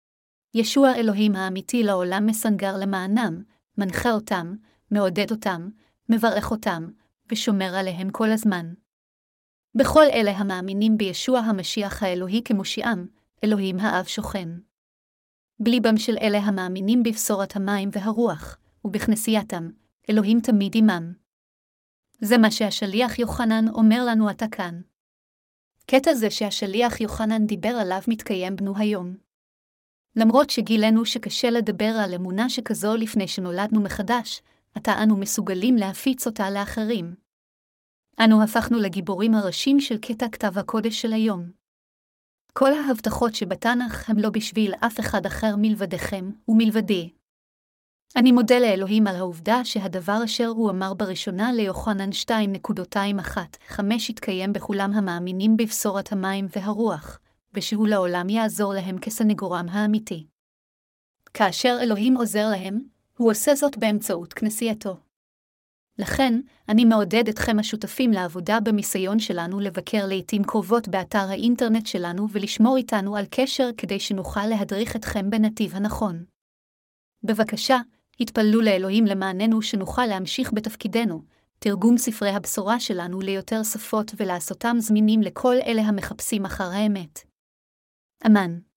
ישוע אלוהים האמיתי לעולם מסנגר למענם, מנחה אותם, מעודד אותם, מברך אותם, ושומר עליהם כל הזמן. בכל אלה המאמינים בישוע המשיח האלוהי כמושיעם, אלוהים האב שוכן. בליבם של אלה המאמינים בבשורת המים והרוח, ובכנסייתם, אלוהים תמיד עמם. זה מה שהשליח יוחנן אומר לנו עתה כאן. קטע זה שהשליח יוחנן דיבר עליו מתקיים בנו היום. למרות שגילנו שקשה לדבר על אמונה שכזו לפני שנולדנו מחדש, עתה אנו מסוגלים להפיץ אותה לאחרים. אנו הפכנו לגיבורים הראשים של קטע כתב הקודש של היום. כל ההבטחות שבתנ"ך הם לא בשביל אף אחד אחר מלבדכם ומלבדי. אני מודה לאלוהים על העובדה שהדבר אשר הוא אמר בראשונה ליוחנן שתיים אחת חמש יתקיים בכולם המאמינים בבשורת המים והרוח, ושהוא לעולם יעזור להם כסנגורם האמיתי. כאשר אלוהים עוזר להם, הוא עושה זאת באמצעות כנסייתו. לכן, אני מעודד אתכם השותפים לעבודה במיסיון שלנו לבקר לעתים קרובות באתר האינטרנט שלנו ולשמור איתנו על קשר כדי שנוכל להדריך אתכם בנתיב הנכון. בבקשה, התפללו לאלוהים למעננו שנוכל להמשיך בתפקידנו, תרגום ספרי הבשורה שלנו ליותר שפות ולעשותם זמינים לכל אלה המחפשים אחר האמת. אמן.